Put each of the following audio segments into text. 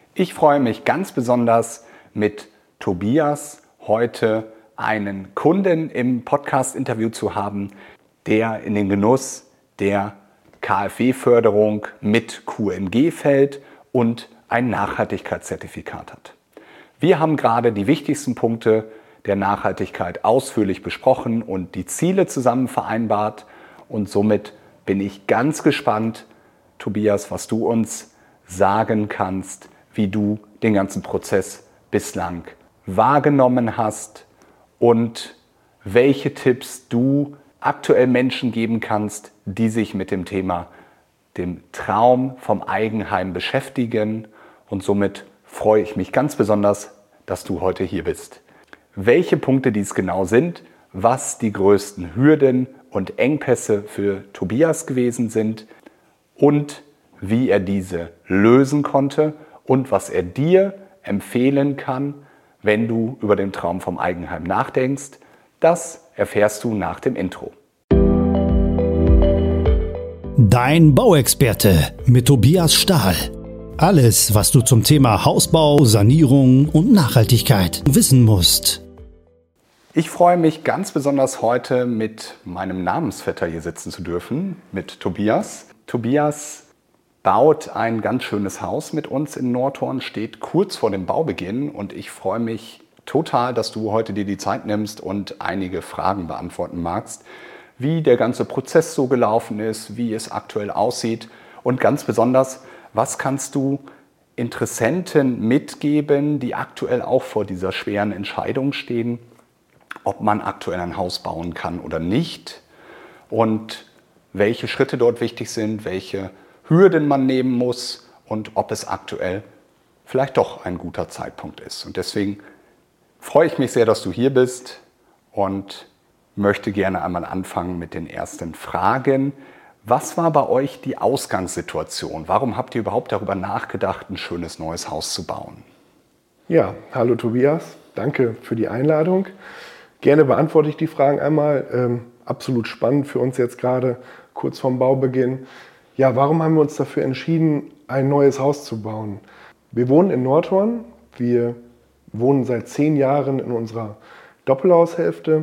Ich freue mich ganz besonders, mit Tobias heute einen Kunden im Podcast-Interview zu haben, der in den Genuss der KfW-Förderung mit QMG fällt und ein Nachhaltigkeitszertifikat hat. Wir haben gerade die wichtigsten Punkte der Nachhaltigkeit ausführlich besprochen und die Ziele zusammen vereinbart. Und somit bin ich ganz gespannt, Tobias, was du uns sagen kannst, wie du den ganzen Prozess bislang wahrgenommen hast und welche Tipps du aktuell Menschen geben kannst, die sich mit dem Thema, dem Traum vom Eigenheim beschäftigen. Und somit freue ich mich ganz besonders, dass du heute hier bist. Welche Punkte dies genau sind, was die größten Hürden und Engpässe für Tobias gewesen sind und wie er diese lösen konnte und was er dir empfehlen kann, wenn du über den Traum vom Eigenheim nachdenkst, das erfährst du nach dem Intro. Dein Bauexperte mit Tobias Stahl. Alles, was du zum Thema Hausbau, Sanierung und Nachhaltigkeit wissen musst. Ich freue mich ganz besonders heute mit meinem Namensvetter hier sitzen zu dürfen, mit Tobias. Tobias baut ein ganz schönes Haus mit uns in Nordhorn, steht kurz vor dem Baubeginn und ich freue mich total, dass du heute dir die Zeit nimmst und einige Fragen beantworten magst, wie der ganze Prozess so gelaufen ist, wie es aktuell aussieht und ganz besonders, was kannst du Interessenten mitgeben, die aktuell auch vor dieser schweren Entscheidung stehen, ob man aktuell ein Haus bauen kann oder nicht und welche Schritte dort wichtig sind, welche Hürden man nehmen muss und ob es aktuell vielleicht doch ein guter Zeitpunkt ist. Und deswegen freue ich mich sehr, dass du hier bist und möchte gerne einmal anfangen mit den ersten Fragen. Was war bei euch die Ausgangssituation? Warum habt ihr überhaupt darüber nachgedacht, ein schönes neues Haus zu bauen? Ja, hallo Tobias, danke für die Einladung. Gerne beantworte ich die Fragen einmal. Absolut spannend für uns jetzt gerade, kurz vorm Baubeginn. Ja, warum haben wir uns dafür entschieden, ein neues Haus zu bauen? Wir wohnen in Nordhorn. Wir wohnen seit 10 Jahren in unserer Doppelhaushälfte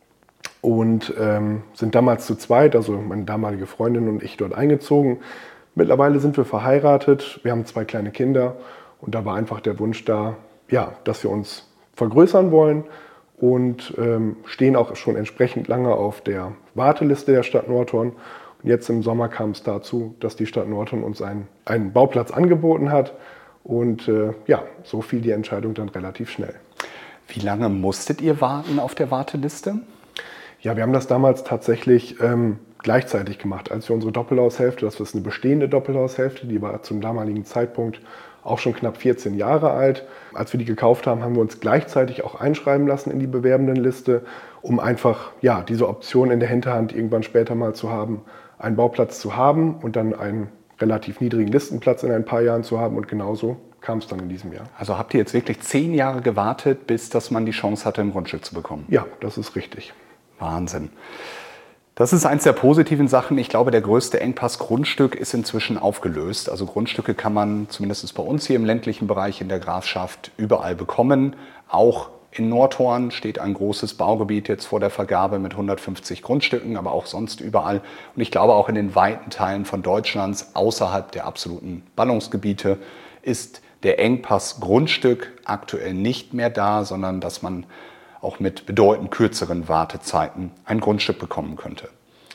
und sind damals zu zweit, also meine damalige Freundin und ich, dort eingezogen. Mittlerweile sind wir verheiratet, wir haben 2 kleine Kinder und da war einfach der Wunsch da, ja, dass wir uns vergrößern wollen und stehen auch schon entsprechend lange auf der Warteliste der Stadt Nordhorn. Und jetzt im Sommer kam es dazu, dass die Stadt Nordhorn uns einen Bauplatz angeboten hat und ja, so fiel die Entscheidung dann relativ schnell. Wie lange musstet ihr warten auf der Warteliste? Ja, wir haben das damals tatsächlich gleichzeitig gemacht. Als wir unsere Doppelhaushälfte, das ist eine bestehende Doppelhaushälfte, die war zum damaligen Zeitpunkt auch schon knapp 14 Jahre alt. Als wir die gekauft haben, haben wir uns gleichzeitig auch einschreiben lassen in die Bewerbendenliste, um einfach ja, diese Option in der Hinterhand irgendwann später mal zu haben, einen Bauplatz zu haben und dann einen relativ niedrigen Listenplatz in ein paar Jahren zu haben. Und genauso kam es dann in diesem Jahr. Also habt ihr jetzt wirklich 10 Jahre gewartet, bis dass man die Chance hatte, ein Grundstück zu bekommen? Ja, das ist richtig. Wahnsinn. Das ist eins der positiven Sachen. Ich glaube, der größte Engpass Grundstück ist inzwischen aufgelöst. Also Grundstücke kann man zumindest bei uns hier im ländlichen Bereich in der Grafschaft überall bekommen. Auch in Nordhorn steht ein großes Baugebiet jetzt vor der Vergabe mit 150 Grundstücken, aber auch sonst überall. Und ich glaube, auch in den weiten Teilen von Deutschlands außerhalb der absoluten Ballungsgebiete ist der Engpass Grundstück aktuell nicht mehr da, sondern dass man auch mit bedeutend kürzeren Wartezeiten ein Grundstück bekommen könnte.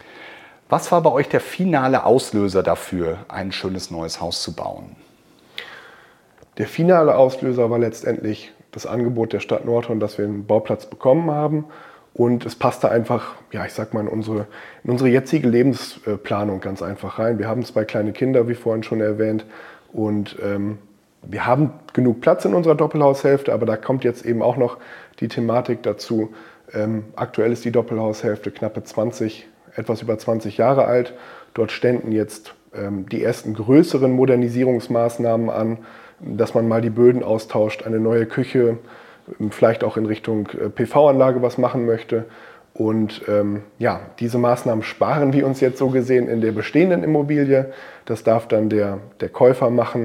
Was war bei euch der finale Auslöser dafür, ein schönes neues Haus zu bauen? Der finale Auslöser war letztendlich das Angebot der Stadt Nordhorn, dass wir einen Bauplatz bekommen haben. Und es passte einfach, ja, ich sag mal, in unsere jetzige Lebensplanung ganz einfach rein. Wir haben 2 kleine Kinder, wie vorhin schon erwähnt. Und wir haben genug Platz in unserer Doppelhaushälfte, aber da kommt jetzt eben auch noch die Thematik dazu. Aktuell ist die Doppelhaushälfte etwas über 20 Jahre alt. Dort ständen jetzt die ersten größeren Modernisierungsmaßnahmen an, dass man mal die Böden austauscht, eine neue Küche, vielleicht auch in Richtung PV-Anlage was machen möchte. Und ja, diese Maßnahmen sparen wir uns jetzt so gesehen in der bestehenden Immobilie. Das darf dann der Käufer machen.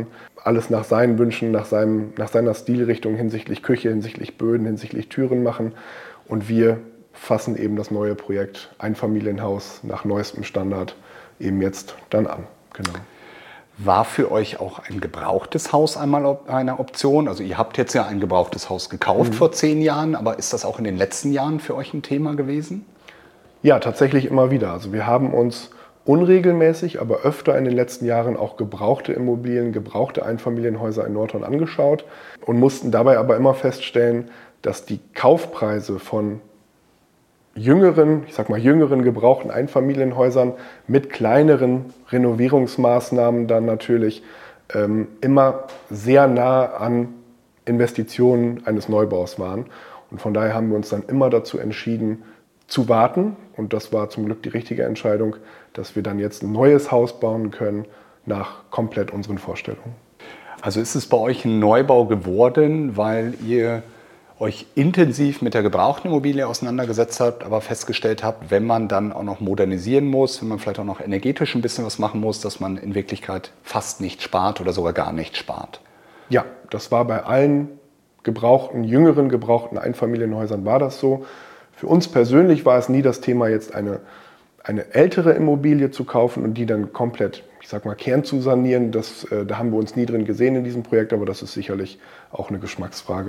alles nach seinen Wünschen, nach seiner Stilrichtung hinsichtlich Küche, hinsichtlich Böden, hinsichtlich Türen machen. Und wir fassen eben das neue Projekt Einfamilienhaus nach neuestem Standard eben jetzt dann an. Genau. War für euch auch ein gebrauchtes Haus einmal eine Option? Also ihr habt jetzt ja ein gebrauchtes Haus gekauft vor 10 Jahren, aber ist das auch in den letzten Jahren für euch ein Thema gewesen? Ja, tatsächlich immer wieder. Also wir haben uns unregelmäßig, aber öfter in den letzten Jahren auch gebrauchte Immobilien, gebrauchte Einfamilienhäuser in Nordhorn angeschaut und mussten dabei aber immer feststellen, dass die Kaufpreise von jüngeren gebrauchten Einfamilienhäusern mit kleineren Renovierungsmaßnahmen dann natürlich immer sehr nah an Investitionen eines Neubaus waren. Und von daher haben wir uns dann immer dazu entschieden, zu warten. Und das war zum Glück die richtige Entscheidung, dass wir dann jetzt ein neues Haus bauen können nach komplett unseren Vorstellungen. Also ist es bei euch ein Neubau geworden, weil ihr euch intensiv mit der gebrauchten Immobilie auseinandergesetzt habt, aber festgestellt habt, wenn man dann auch noch modernisieren muss, wenn man vielleicht auch noch energetisch ein bisschen was machen muss, dass man in Wirklichkeit fast nicht spart oder sogar gar nicht spart? Ja, das war bei allen jüngeren gebrauchten Einfamilienhäusern war das so. Für uns persönlich war es nie das Thema, jetzt eine ältere Immobilie zu kaufen und die dann komplett, Kern zu sanieren. Da haben wir uns nie drin gesehen in diesem Projekt, aber das ist sicherlich auch eine Geschmacksfrage.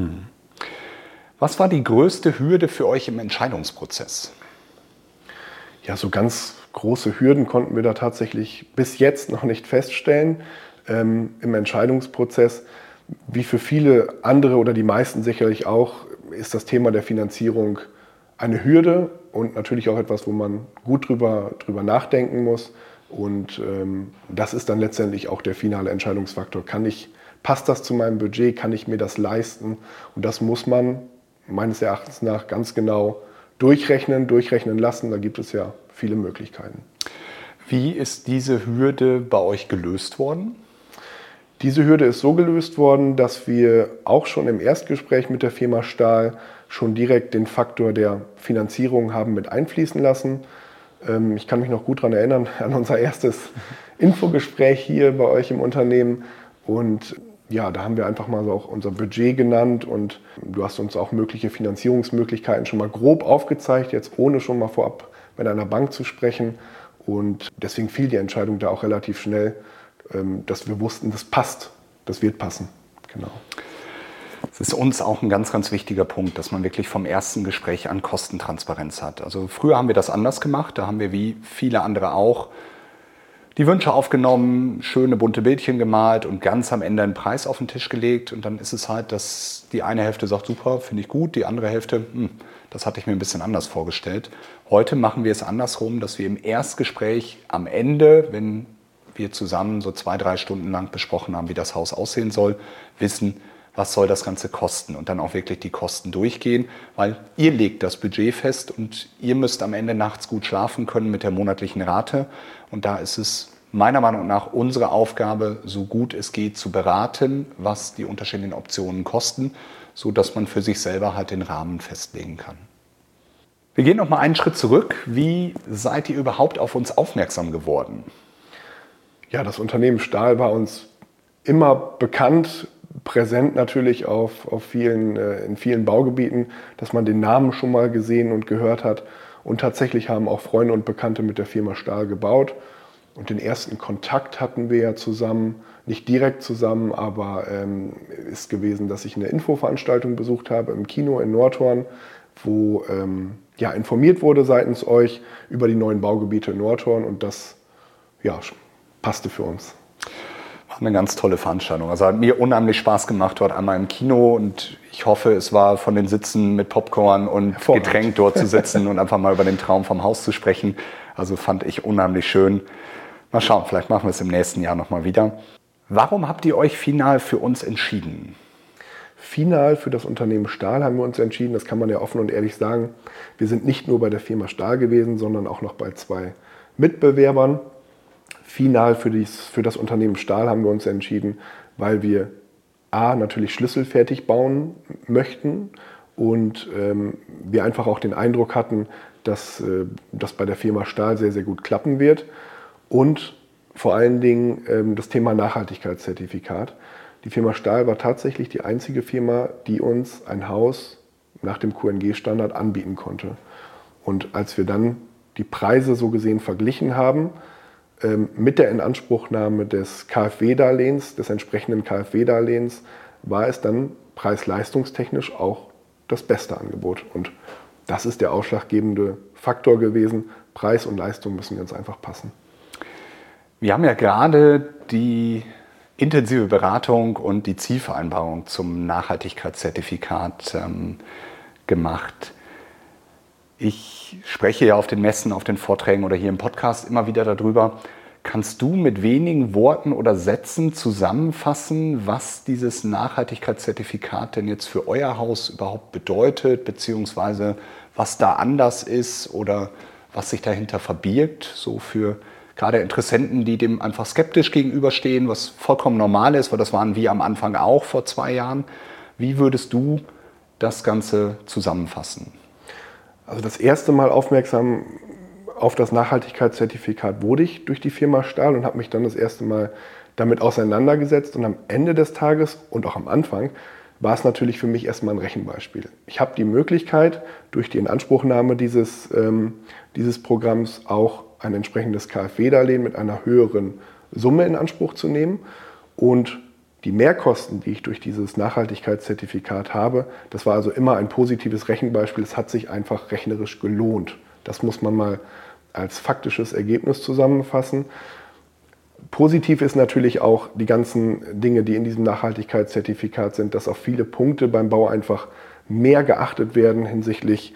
Was war die größte Hürde für euch im Entscheidungsprozess? Ja, so ganz große Hürden konnten wir da tatsächlich bis jetzt noch nicht feststellen im Entscheidungsprozess. Wie für viele andere oder die meisten sicherlich auch, ist das Thema der Finanzierung eine Hürde und natürlich auch etwas, wo man gut drüber nachdenken muss. Und das ist dann letztendlich auch der finale Entscheidungsfaktor. Passt das zu meinem Budget? Kann ich mir das leisten? Und das muss man meines Erachtens nach ganz genau durchrechnen lassen. Da gibt es ja viele Möglichkeiten. Wie ist diese Hürde bei euch gelöst worden? Diese Hürde ist so gelöst worden, dass wir auch schon im Erstgespräch mit der Firma Stahl schon direkt den Faktor der Finanzierung haben mit einfließen lassen. Ich kann mich noch gut daran erinnern, an unser erstes Infogespräch hier bei euch im Unternehmen. Und ja, da haben wir einfach mal so auch unser Budget genannt und du hast uns auch mögliche Finanzierungsmöglichkeiten schon mal grob aufgezeigt, jetzt ohne schon mal vorab mit einer Bank zu sprechen. Und deswegen fiel die Entscheidung da auch relativ schnell, dass wir wussten, das passt, das wird passen. Genau. Es ist uns auch ein ganz, ganz wichtiger Punkt, dass man wirklich vom ersten Gespräch an Kostentransparenz hat. Also früher haben wir das anders gemacht, da haben wir wie viele andere auch die Wünsche aufgenommen, schöne bunte Bildchen gemalt und ganz am Ende einen Preis auf den Tisch gelegt. Und dann ist es halt, dass die eine Hälfte sagt, super, finde ich gut, die andere Hälfte, das hatte ich mir ein bisschen anders vorgestellt. Heute machen wir es andersrum, dass wir im Erstgespräch am Ende, wenn wir zusammen so 2-3 Stunden lang besprochen haben, wie das Haus aussehen soll, wissen, was soll das Ganze kosten und dann auch wirklich die Kosten durchgehen, weil ihr legt das Budget fest und ihr müsst am Ende nachts gut schlafen können mit der monatlichen Rate. Und da ist es meiner Meinung nach unsere Aufgabe, so gut es geht, zu beraten, was die unterschiedlichen Optionen kosten, sodass man für sich selber halt den Rahmen festlegen kann. Wir gehen noch mal einen Schritt zurück. Wie seid ihr überhaupt auf uns aufmerksam geworden? Ja, das Unternehmen Stahl war uns immer bekannt, präsent natürlich in vielen Baugebieten, dass man den Namen schon mal gesehen und gehört hat. Und tatsächlich haben auch Freunde und Bekannte mit der Firma Stahl gebaut. Und den ersten Kontakt hatten wir ja zusammen, nicht direkt zusammen, aber ist gewesen, dass ich eine Infoveranstaltung besucht habe im Kino in Nordhorn, wo informiert wurde seitens euch über die neuen Baugebiete in Nordhorn und das passte für uns. War eine ganz tolle Veranstaltung. Also hat mir unheimlich Spaß gemacht dort einmal im Kino und ich hoffe, es war von den Sitzen mit Popcorn und Getränk dort zu sitzen und einfach mal über den Traum vom Haus zu sprechen. Also fand ich unheimlich schön. Mal schauen, vielleicht machen wir es im nächsten Jahr nochmal wieder. Warum habt ihr euch final für uns entschieden? Final für das Unternehmen Stahl haben wir uns entschieden. Das kann man ja offen und ehrlich sagen. Wir sind nicht nur bei der Firma Stahl gewesen, sondern auch noch bei 2 Mitbewerbern. Final für das Unternehmen Stahl haben wir uns entschieden, weil wir natürlich schlüsselfertig bauen möchten und wir einfach auch den Eindruck hatten, dass das bei der Firma Stahl sehr, sehr gut klappen wird. Und vor allen Dingen das Thema Nachhaltigkeitszertifikat. Die Firma Stahl war tatsächlich die einzige Firma, die uns ein Haus nach dem QNG-Standard anbieten konnte. Und als wir dann die Preise so gesehen verglichen haben, mit der Inanspruchnahme des KfW-Darlehens, des entsprechenden KfW-Darlehens, war es dann preis-leistungstechnisch auch das beste Angebot. Und das ist der ausschlaggebende Faktor gewesen. Preis und Leistung müssen ganz einfach passen. Wir haben ja gerade die intensive Beratung und die Zielvereinbarung zum Nachhaltigkeitszertifikat gemacht. Ich spreche ja auf den Messen, auf den Vorträgen oder hier im Podcast immer wieder darüber. Kannst du mit wenigen Worten oder Sätzen zusammenfassen, was dieses Nachhaltigkeitszertifikat denn jetzt für euer Haus überhaupt bedeutet, beziehungsweise was da anders ist oder was sich dahinter verbirgt, so für gerade Interessenten, die dem einfach skeptisch gegenüberstehen, was vollkommen normal ist, weil das waren wir am Anfang auch vor 2 Jahren. Wie würdest du das Ganze zusammenfassen? Also das erste Mal aufmerksam auf das Nachhaltigkeitszertifikat wurde ich durch die Firma Stahl und habe mich dann das erste Mal damit auseinandergesetzt. Und am Ende des Tages und auch am Anfang war es natürlich für mich erstmal ein Rechenbeispiel. Ich habe die Möglichkeit, durch die Inanspruchnahme dieses Programms auch ein entsprechendes KfW-Darlehen mit einer höheren Summe in Anspruch zu nehmen. Und die Mehrkosten, die ich durch dieses Nachhaltigkeitszertifikat habe, das war also immer ein positives Rechenbeispiel. Es hat sich einfach rechnerisch gelohnt. Das muss man mal als faktisches Ergebnis zusammenfassen. Positiv ist natürlich auch die ganzen Dinge, die in diesem Nachhaltigkeitszertifikat sind, dass auf viele Punkte beim Bau einfach mehr geachtet werden hinsichtlich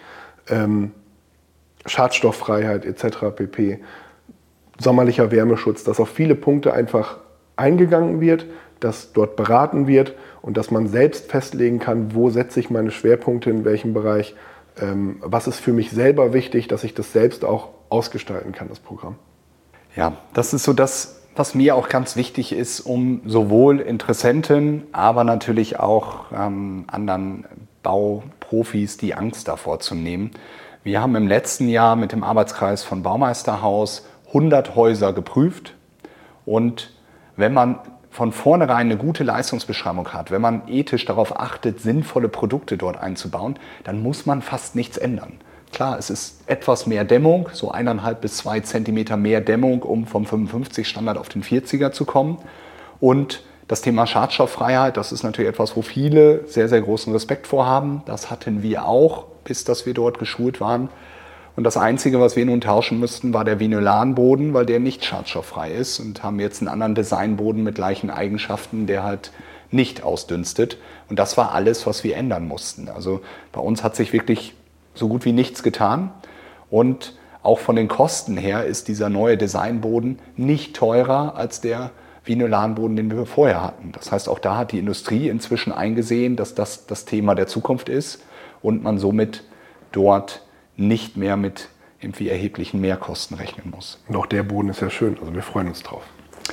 Schadstofffreiheit etc. pp. Sommerlicher Wärmeschutz, dass auf viele Punkte einfach eingegangen wird, dass dort beraten wird und dass man selbst festlegen kann, wo setze ich meine Schwerpunkte, in welchem Bereich, was ist für mich selber wichtig, dass ich das selbst auch ausgestalten kann, das Programm. Ja, das ist so das, was mir auch ganz wichtig ist, um sowohl Interessenten, aber natürlich auch anderen Bauprofis die Angst davor zu nehmen. Wir haben im letzten Jahr mit dem Arbeitskreis von Baumeisterhaus 100 Häuser geprüft und wenn man von vornherein eine gute Leistungsbeschreibung hat, wenn man ethisch darauf achtet, sinnvolle Produkte dort einzubauen, dann muss man fast nichts ändern. Klar, es ist etwas mehr Dämmung, so 1,5 bis 2 Zentimeter mehr Dämmung, um vom 55 Standard auf den 40er zu kommen. Und das Thema Schadstofffreiheit, das ist natürlich etwas, wo viele sehr, sehr großen Respekt vorhaben. Das hatten wir auch, bis dass wir dort geschult waren. Und das Einzige, was wir nun tauschen müssten, war der Vinylanboden, weil der nicht schadstofffrei ist und haben jetzt einen anderen Designboden mit gleichen Eigenschaften, der halt nicht ausdünstet. Und das war alles, was wir ändern mussten. Also bei uns hat sich wirklich so gut wie nichts getan. Und auch von den Kosten her ist dieser neue Designboden nicht teurer als der Vinylanboden, den wir vorher hatten. Das heißt, auch da hat die Industrie inzwischen eingesehen, dass das das Thema der Zukunft ist und man somit dort nicht mehr mit irgendwie erheblichen Mehrkosten rechnen muss. Und auch der Boden ist ja schön, also wir freuen uns drauf.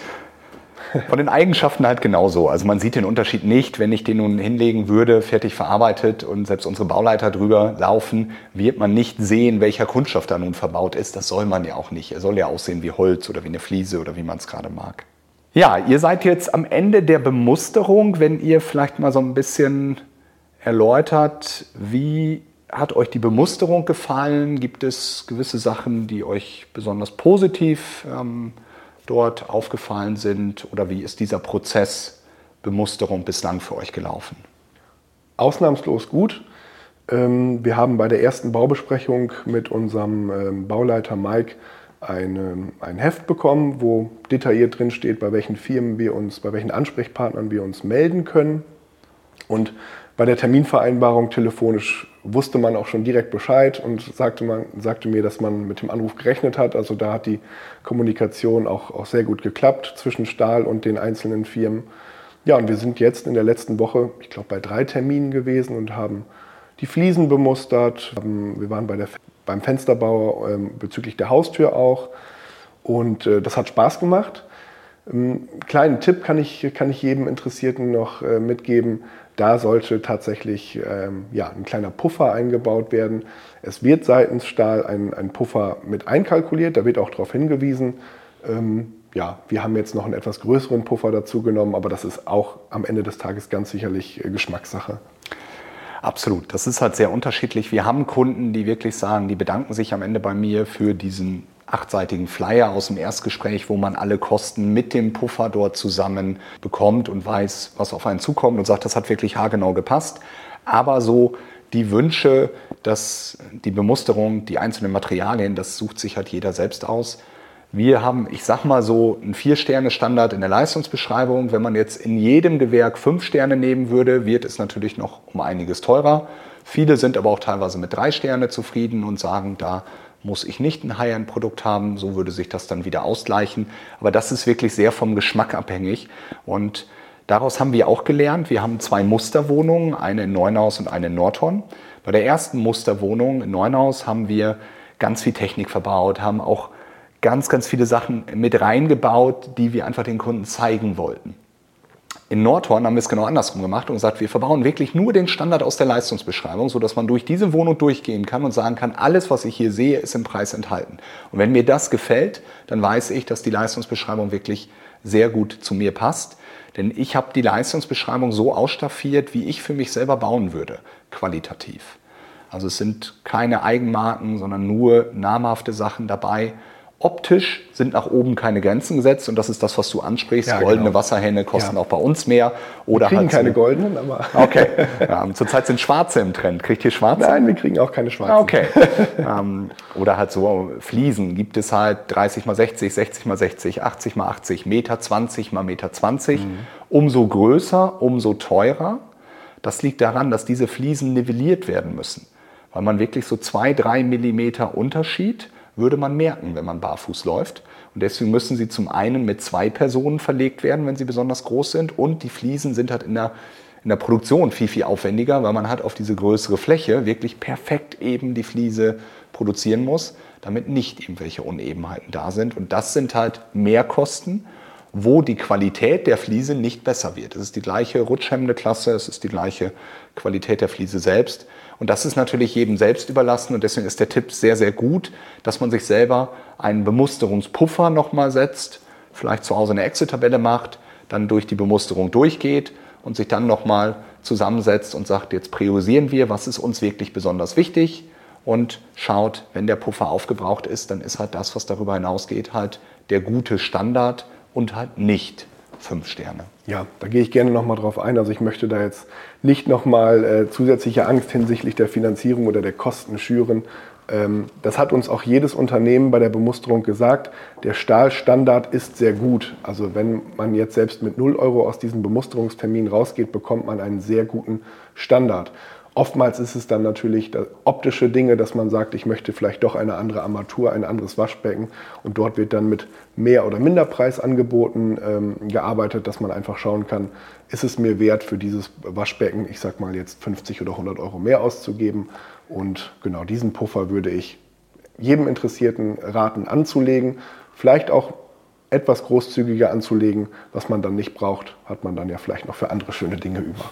Von den Eigenschaften halt genauso. Also man sieht den Unterschied nicht, wenn ich den nun hinlegen würde, fertig verarbeitet und selbst unsere Bauleiter drüber laufen, wird man nicht sehen, welcher Kunststoff da nun verbaut ist. Das soll man ja auch nicht. Er soll ja aussehen wie Holz oder wie eine Fliese oder wie man es gerade mag. Ja, ihr seid jetzt am Ende der Bemusterung, wenn ihr vielleicht mal so ein bisschen erläutert, wie hat euch die Bemusterung gefallen? Gibt es gewisse Sachen, die euch besonders positiv dort aufgefallen sind? Oder wie ist dieser Prozess Bemusterung bislang für euch gelaufen? Ausnahmslos gut. Wir haben bei der ersten Baubesprechung mit unserem Bauleiter Mike ein Heft bekommen, wo detailliert drin steht, bei welchen Firmen bei welchen Ansprechpartnern wir uns melden können. Und bei der Terminvereinbarung telefonisch wusste man auch schon direkt Bescheid und sagte mir, dass man mit dem Anruf gerechnet hat. Also da hat die Kommunikation auch sehr gut geklappt zwischen Stahl und den einzelnen Firmen. Ja, und wir sind jetzt in der letzten Woche, ich glaube, bei 3 Terminen gewesen und haben die Fliesen bemustert. Wir waren beim Fensterbau bezüglich der Haustür auch und das hat Spaß gemacht. Einen kleinen Tipp kann ich jedem Interessierten noch mitgeben. Da sollte tatsächlich ein kleiner Puffer eingebaut werden. Es wird seitens Stahl ein Puffer mit einkalkuliert, da wird auch darauf hingewiesen. ja, wir haben jetzt noch einen etwas größeren Puffer dazu genommen, aber das ist auch am Ende des Tages ganz sicherlich Geschmackssache. Absolut, das ist halt sehr unterschiedlich. Wir haben Kunden, die wirklich sagen, die bedanken sich am Ende bei mir für diesen 8-seitigen Flyer aus dem Erstgespräch, wo man alle Kosten mit dem Puffer dort zusammen bekommt und weiß, was auf einen zukommt und sagt, das hat wirklich haargenau gepasst. Aber so die Wünsche, dass die Bemusterung, die einzelnen Materialien, das sucht sich halt jeder selbst aus. Wir haben, ich sag mal so, einen 4-Sterne-Standard in der Leistungsbeschreibung. Wenn man jetzt in jedem Gewerk 5 Sterne nehmen würde, wird es natürlich noch um einiges teurer. Viele sind aber auch teilweise mit 3 Sterne zufrieden und sagen, da muss ich nicht ein High-End-Produkt haben. So würde sich das dann wieder ausgleichen. Aber das ist wirklich sehr vom Geschmack abhängig. Und daraus haben wir auch gelernt. Wir haben 2 Musterwohnungen, eine in Neuenhaus und eine in Nordhorn. Bei der ersten Musterwohnung in Neuenhaus haben wir ganz viel Technik verbaut, haben auch ganz viele Sachen mit reingebaut, die wir einfach den Kunden zeigen wollten. In Nordhorn haben wir es genau andersrum gemacht und gesagt, wir verbauen wirklich nur den Standard aus der Leistungsbeschreibung, sodass man durch diese Wohnung durchgehen kann und sagen kann, alles, was ich hier sehe, ist im Preis enthalten. Und wenn mir das gefällt, dann weiß ich, dass die Leistungsbeschreibung wirklich sehr gut zu mir passt. Denn ich habe die Leistungsbeschreibung so ausstaffiert, wie ich für mich selber bauen würde, qualitativ. Also es sind keine Eigenmarken, sondern nur namhafte Sachen dabei. Optisch sind nach oben keine Grenzen gesetzt und das ist das, was du ansprichst. Ja, goldene genau. Wasserhähne kosten auch bei uns mehr. Oder wir kriegen keine goldenen, aber... Okay, zurzeit sind schwarze im Trend. Kriegt ihr schwarze? Nein, wir kriegen auch keine schwarzen. Okay. Oder halt so Fliesen gibt es halt 30 x 60, 60 x 60, 80 x 80, Meter 20 x Meter 20. Umso größer, umso teurer. Das liegt daran, dass diese Fliesen nivelliert werden müssen. Weil man wirklich so 2-3 Millimeter Unterschied würde man merken, wenn man barfuß läuft. Und deswegen müssen sie zum einen mit 2 Personen verlegt werden, wenn sie besonders groß sind. Und die Fliesen sind halt in der Produktion viel aufwendiger, weil man halt auf diese größere Fläche wirklich perfekt eben die Fliese produzieren muss, damit nicht irgendwelche Unebenheiten da sind. Und das sind halt Mehrkosten, wo die Qualität der Fliese nicht besser wird. Es ist die gleiche rutschhemmende Klasse, es ist die gleiche Qualität der Fliese selbst. Und das ist natürlich jedem selbst überlassen und deswegen ist der Tipp sehr gut, dass man sich selber einen Bemusterungspuffer nochmal setzt, vielleicht zu Hause eine Excel-Tabelle macht, dann durch die Bemusterung durchgeht und sich dann nochmal zusammensetzt und sagt, jetzt priorisieren wir, was ist uns wirklich besonders wichtig und schaut, wenn der Puffer aufgebraucht ist, dann ist halt das, was darüber hinausgeht, halt der gute Standard und halt nicht 5 Sterne. Ja, da gehe ich gerne nochmal drauf ein. Also ich möchte da jetzt nicht nochmal zusätzliche Angst hinsichtlich der Finanzierung oder der Kosten schüren. Das hat uns auch jedes Unternehmen bei der Bemusterung gesagt. Der Stahlstandard ist sehr gut. Also wenn man jetzt selbst mit 0 € aus diesem Bemusterungstermin rausgeht, bekommt man einen sehr guten Standard. Oftmals ist es dann natürlich optische Dinge, dass man sagt, ich möchte vielleicht doch eine andere Armatur, ein anderes Waschbecken und dort wird dann mit Mehr- oder Minderpreisangeboten gearbeitet, dass man einfach schauen kann, ist es mir wert für dieses Waschbecken, ich sag mal jetzt 50 oder 100 € mehr auszugeben und genau diesen Puffer würde ich jedem Interessierten raten anzulegen, vielleicht auch etwas großzügiger anzulegen, was man dann nicht braucht, hat man dann ja vielleicht noch für andere schöne Dinge über.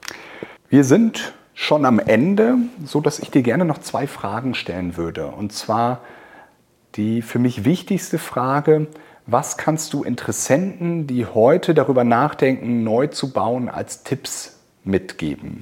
Wir sind schon am Ende, so dass ich dir gerne noch 2 Fragen stellen würde. Und zwar die für mich wichtigste Frage, was kannst du Interessenten, die heute darüber nachdenken, neu zu bauen, als Tipps mitgeben?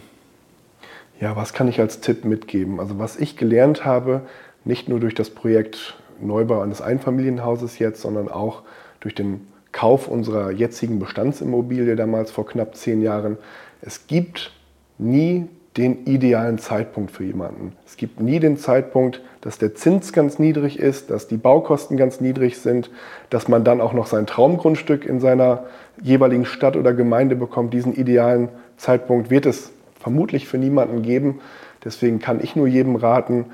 Ja, was kann ich als Tipp mitgeben? Also was ich gelernt habe, nicht nur durch das Projekt Neubau eines Einfamilienhauses jetzt, sondern auch durch den Kauf unserer jetzigen Bestandsimmobilie damals vor knapp 10 Jahren, es gibt nie den idealen Zeitpunkt für jemanden. Es gibt nie den Zeitpunkt, dass der Zins ganz niedrig ist, dass die Baukosten ganz niedrig sind, dass man dann auch noch sein Traumgrundstück in seiner jeweiligen Stadt oder Gemeinde bekommt. Diesen idealen Zeitpunkt wird es vermutlich für niemanden geben. Deswegen kann ich nur jedem raten,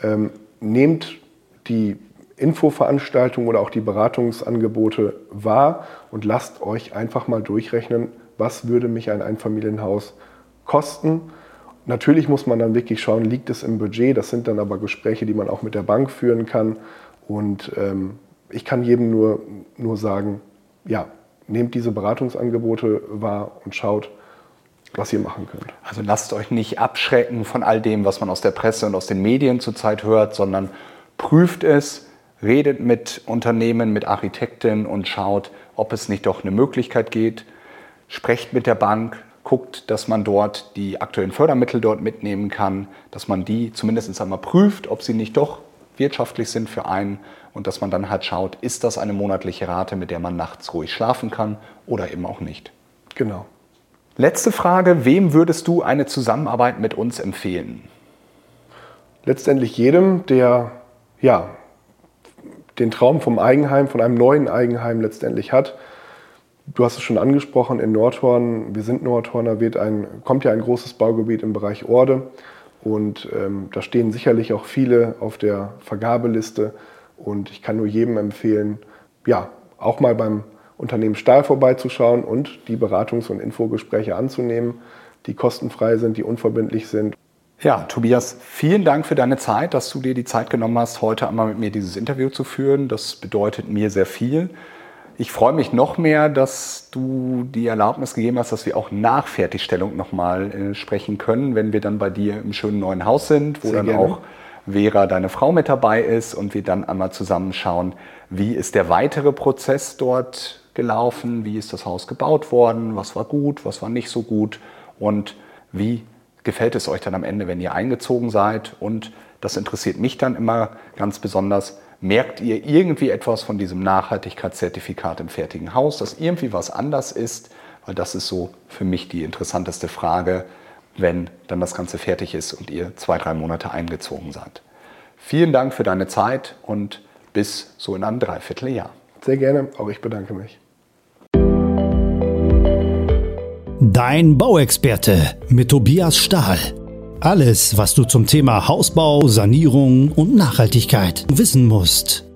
nehmt die Infoveranstaltung oder auch die Beratungsangebote wahr und lasst euch einfach mal durchrechnen, was würde mich ein Einfamilienhaus kosten. Natürlich muss man dann wirklich schauen, liegt es im Budget. Das sind dann aber Gespräche, die man auch mit der Bank führen kann. Und ich kann jedem nur sagen, ja, nehmt diese Beratungsangebote wahr und schaut, was ihr machen könnt. Also lasst euch nicht abschrecken von all dem, was man aus der Presse und aus den Medien zurzeit hört, sondern prüft es, redet mit Unternehmen, mit Architekten und schaut, ob es nicht doch eine Möglichkeit geht. Sprecht mit der Bank, guckt, dass man dort die aktuellen Fördermittel dort mitnehmen kann, dass man die zumindest einmal prüft, ob sie nicht doch wirtschaftlich sind für einen und dass man dann halt schaut, ist das eine monatliche Rate, mit der man nachts ruhig schlafen kann oder eben auch nicht. Genau. Letzte Frage, wem würdest du eine Zusammenarbeit mit uns empfehlen? Letztendlich jedem, der den Traum vom Eigenheim, von einem neuen Eigenheim letztendlich hat. Du hast es schon angesprochen, in Nordhorn, wir sind Nordhorner, kommt ja ein großes Baugebiet im Bereich Orde und da stehen sicherlich auch viele auf der Vergabeliste und ich kann nur jedem empfehlen, auch mal beim Unternehmen Stahl vorbeizuschauen und die Beratungs- und Infogespräche anzunehmen, die kostenfrei sind, die unverbindlich sind. Ja, Tobias, vielen Dank für deine Zeit, dass du dir die Zeit genommen hast, heute einmal mit mir dieses Interview zu führen. Das bedeutet mir sehr viel. Ich freue mich noch mehr, dass du die Erlaubnis gegeben hast, dass wir auch nach Fertigstellung nochmal sprechen können, wenn wir dann bei dir im schönen neuen Haus sind, wo sehr dann gerne auch Vera, deine Frau, mit dabei ist und wir dann einmal zusammenschauen, wie ist der weitere Prozess dort gelaufen, wie ist das Haus gebaut worden, was war gut, was war nicht so gut und wie gefällt es euch dann am Ende, wenn ihr eingezogen seid. Und das interessiert mich dann immer ganz besonders, merkt ihr irgendwie etwas von diesem Nachhaltigkeitszertifikat im fertigen Haus, dass irgendwie was anders ist, weil das ist so für mich die interessanteste Frage, wenn dann das Ganze fertig ist und ihr 2-3 Monate eingezogen seid. Vielen Dank für deine Zeit und bis so in einem Dreivierteljahr. Sehr gerne, auch ich bedanke mich. Dein Bauexperte mit Tobias Stahl. Alles, was du zum Thema Hausbau, Sanierung und Nachhaltigkeit wissen musst.